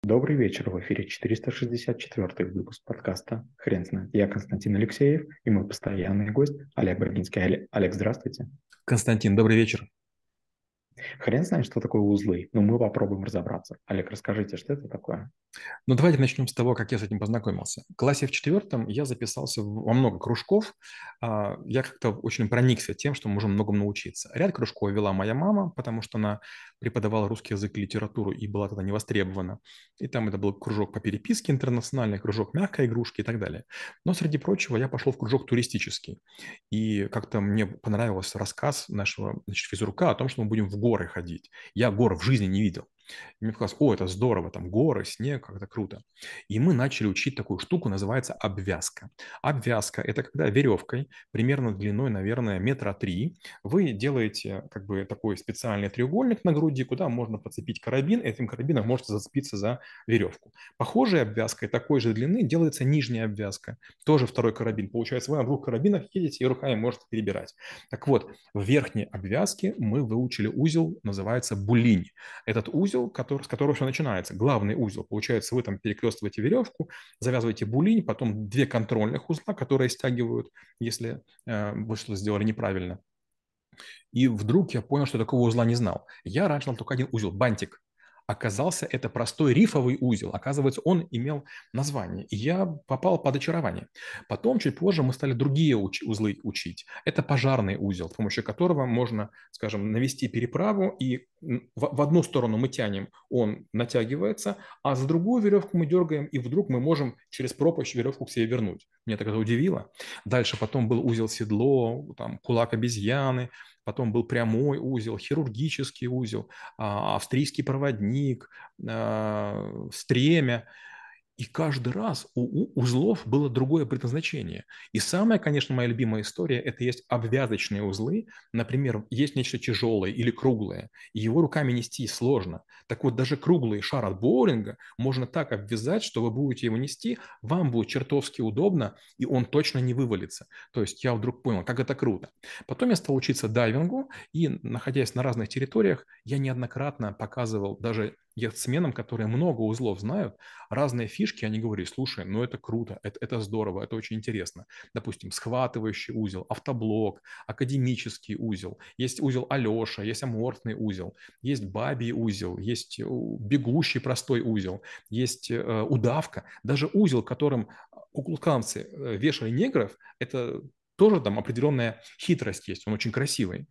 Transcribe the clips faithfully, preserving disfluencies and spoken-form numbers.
Добрый вечер, в эфире четыреста шестьдесят четвёртый выпуск подкаста «Хрен знает». Я Константин Алексеев и мой постоянный гость Олег Брагинский. Олег, Олег, здравствуйте. Константин, добрый вечер. Хрен знает, что такое узлы, но мы попробуем разобраться. Олег, расскажите, что это такое? Ну, давайте начнем с того, как я с этим познакомился. В классе в четвертом я записался в- во много кружков. А, Я как-то очень проникся тем, что можем многому научиться. Ряд кружков вела моя мама, потому что она преподавала русский язык и литературу и была тогда не востребована. И там это был кружок по переписке интернациональный, кружок мягкой игрушки и так далее. Но, среди прочего, я пошел в кружок туристический. И как-то мне понравился рассказ нашего, значит, физрука о том, что мы будем в горы ходить. Я гор в жизни не видел. И мне показалось, о, это здорово, там горы, снег, как это круто. И мы начали учить такую штуку, называется обвязка. Обвязка– это когда веревкой, примерно длиной, наверное, метра три, вы делаете как бы такой специальный треугольник на груди, куда можно подцепить карабин, и этим карабином можете зацепиться за веревку. Похожей обвязкой такой же длины делается нижняя обвязка, тоже второй карабин. Получается, вы на двух карабинах едете и руками можете перебирать. Так вот, в верхней обвязке мы выучили узел, называется булинь. Этот узел, который, с которого все начинается, главный узел. Получается, вы там перекрестываете веревку, завязываете булинь, потом две контрольных узла, которые стягивают, если э, вы что-то сделали неправильно. И вдруг я понял, что такого узла не знал. Я раньше знал только один узел– бантик. Оказался это простой рифовый узел. Оказывается, он имел название. И я попал под очарование. Потом, чуть позже, мы стали другие уч- узлы учить. Это пожарный узел, с помощью которого можно, скажем, навести переправу, и в, в одну сторону мы тянем, он натягивается, а за другую веревку мы дергаем, и вдруг мы можем через пропасть веревку к себе вернуть. Меня так это удивило. Дальше потом был узел седло, там, кулак обезьяны, потом был прямой узел, хирургический узел, а, австрийский проводник, а, стремя. И каждый раз у, у узлов было другое предназначение. И самая, конечно, моя любимая история– это есть обвязочные узлы. Например, есть нечто тяжелое или круглое, и его руками нести сложно. Так вот, даже круглый шар от боулинга можно так обвязать, что вы будете его нести, вам будет чертовски удобно, и он точно не вывалится. То есть я вдруг понял, как это круто. Потом я стал учиться дайвингу, и, находясь на разных территориях, я неоднократно показывал даже яхтсменам, которые много узлов знают, разные фишки, они говорили, слушай, ну это круто, это, это здорово, это очень интересно. Допустим, схватывающий узел, автоблок, академический узел, есть узел Алеша, есть аморфный узел, есть бабий узел, есть э, бегущий простой узел, есть э, удавка, даже узел, которым куклуканцы э, вешали негров, это тоже там определенная хитрость есть, он очень красивый.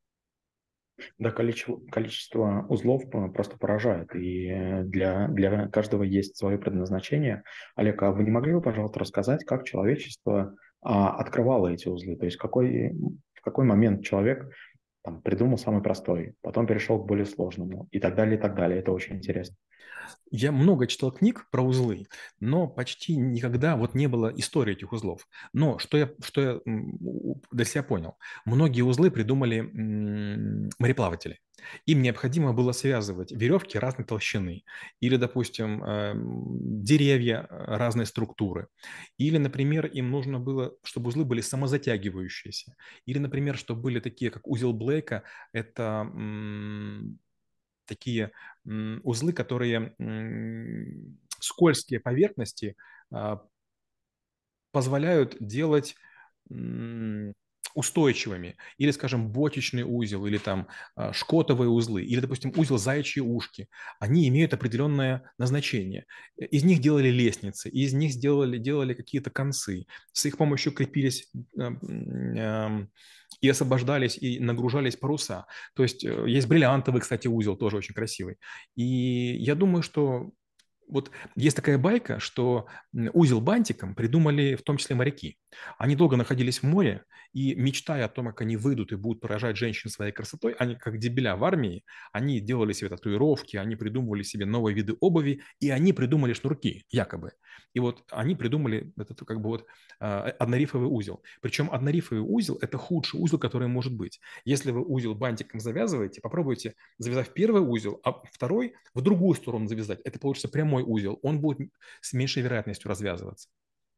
Да, количество, количество узлов э, просто поражает, и э, для, для каждого есть свое предназначение. Олег, а вы не могли бы, пожалуйста, рассказать, как человечество а, открывало эти узлы? То есть какой, в какой момент человек там, придумал самый простой, потом перешел к более сложному и так далее, и так далее. Это очень интересно. Я много читал книг про узлы, но почти никогда вот не было истории этих узлов. Но что я, что я м, у- для себя понял? Многие узлы придумали м, мореплаватели. Им необходимо было связывать веревки разной толщины. Или, допустим, эм, деревья э, разной структуры. Или, например, им нужно было, чтобы узлы были самозатягивающиеся. Или, например, чтобы были такие, как узел Блейка, это м, такие м, узлы, которые м, скользкие поверхности а, позволяют делать м, устойчивыми. Или, скажем, бочечный узел, или там а, шкотовые узлы, или, допустим, узел заячьи ушки. Они имеют определенное назначение. Из них делали лестницы, из них сделали, делали какие-то концы. С их помощью крепились э, м, эм, и освобождались, и нагружались паруса. То есть э, есть бриллиантовый, кстати, узел, тоже очень красивый. И я думаю, что вот есть такая байка, что м, узел бантиком придумали в том числе моряки. Они долго находились в море, и мечтая о том, как они выйдут и будут поражать женщин своей красотой, они как дебиля в армии, они делали себе татуировки, они придумывали себе новые виды обуви, и они придумали шнурки, якобы. И вот они придумали этот как бы вот а, однорифовый узел. Причем однорифовый узел– это худший узел, который может быть. Если вы узел бантиком завязываете, попробуйте, завязав первый узел, а второй в другую сторону завязать. Это получится прямой узел. Он будет с меньшей вероятностью развязываться.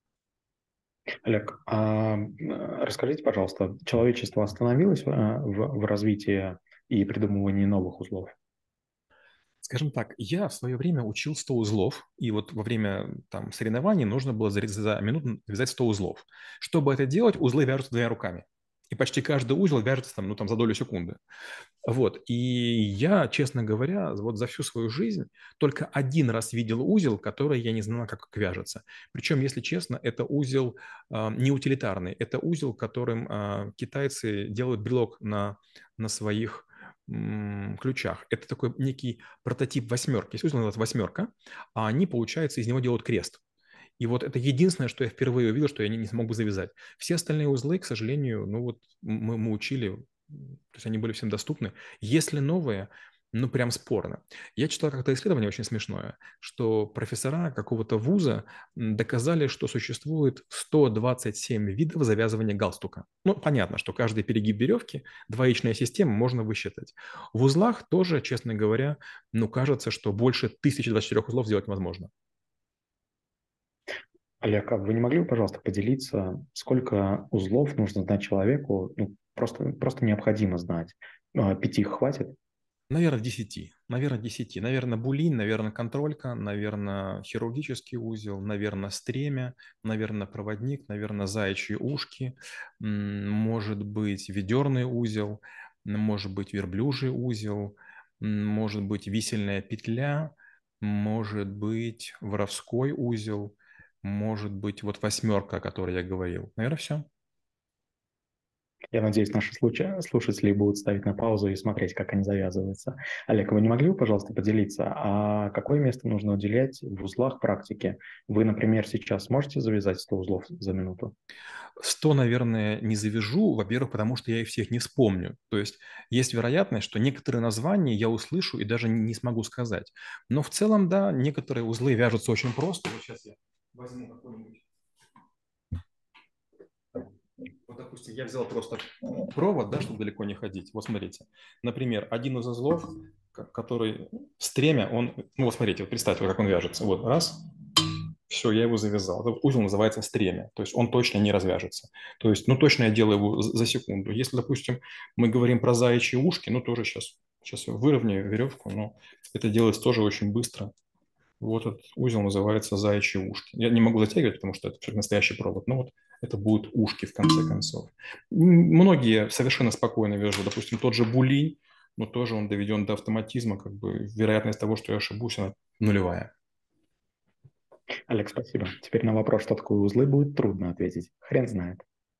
Олег, а м, расскажите, пожалуйста, человечество остановилось а, в, в развитии и придумывании новых узлов? Скажем так, я в свое время учил сто узлов, и вот во время там соревнований нужно было за, за минуту вязать сто узлов. Чтобы это делать, узлы вяжутся двумя руками. И почти каждый узел вяжется там, ну, там, за долю секунды. Вот. И я, честно говоря, вот за всю свою жизнь только один раз видел узел, который я не знал, как вяжется. Причем, если честно, это узел э, не утилитарный. Это узел, которым э, китайцы делают брелок на, на своих м, ключах. Это такой некий прототип восьмерки. Есть узел, называется восьмерка, а они, получается, из него делают крест. И вот это единственное, что я впервые увидел, что я не, не смог бы завязать. Все остальные узлы, к сожалению, ну вот мы, мы учили, то есть они были всем доступны. Если новые, ну прям спорно. Я читал как-то исследование очень смешное, что профессора какого-то вуза доказали, что существует сто двадцать семь видов завязывания галстука. Ну, понятно, что каждый перегиб веревки, двоичная система, можно высчитать. В узлах тоже, честно говоря, ну, кажется, что больше тысячи двадцати четырёх узлов сделать невозможно. Олег, а вы не могли бы, пожалуйста, поделиться, сколько узлов нужно знать человеку? Ну, просто, просто необходимо знать. А, Пяти хватит? Наверное, десяти. Наверное, десяти. Наверное, булин, наверное, контролька, наверное, хирургический узел, наверное, стремя, наверное, проводник, наверное, заячьи ушки, м, может быть, ведерный узел, м, может быть, верблюжий узел, м, может быть, висельная петля, может быть, воровской узел, может быть, вот восьмерка, о которой я говорил. Наверное, все. Я надеюсь, наши случаи, слушатели будут ставить на паузу и смотреть, как они завязываются. Олег, вы не могли бы, пожалуйста, поделиться, а какое место нужно уделять в узлах практики? Вы, например, сейчас сможете завязать сто узлов за минуту? Сто, наверное, не завяжу, во-первых, потому что я их всех не вспомню. То есть есть вероятность, что некоторые названия я услышу и даже не смогу сказать. Но в целом, да, некоторые узлы вяжутся очень просто. Вот сейчас я возьму какой-нибудь. Вот, допустим, я взял просто провод, да, чтобы далеко не ходить. Вот смотрите. Например, один из узлов, ко- который стремя, он, ну вот смотрите, вот представьте, вот как он вяжется. Вот, раз, все, я его завязал. Этот узел называется стремя, то есть он точно не развяжется. То есть, ну, точно я делаю его за секунду. Если, допустим, мы говорим про заячьи ушки, ну, тоже сейчас, сейчас я выровняю веревку, но это делается тоже очень быстро. Вот этот узел называется заячьи ушки. Я не могу затягивать, потому что это все настоящий провод, но вот это будут ушки в конце концов. Многие совершенно спокойно вяжут, допустим, тот же булей, но тоже он доведен до автоматизма, как бы вероятность того, что я ошибусь, она нулевая. Олег, спасибо. Теперь на вопрос, что такое узлы, будет трудно ответить. Хрен знает.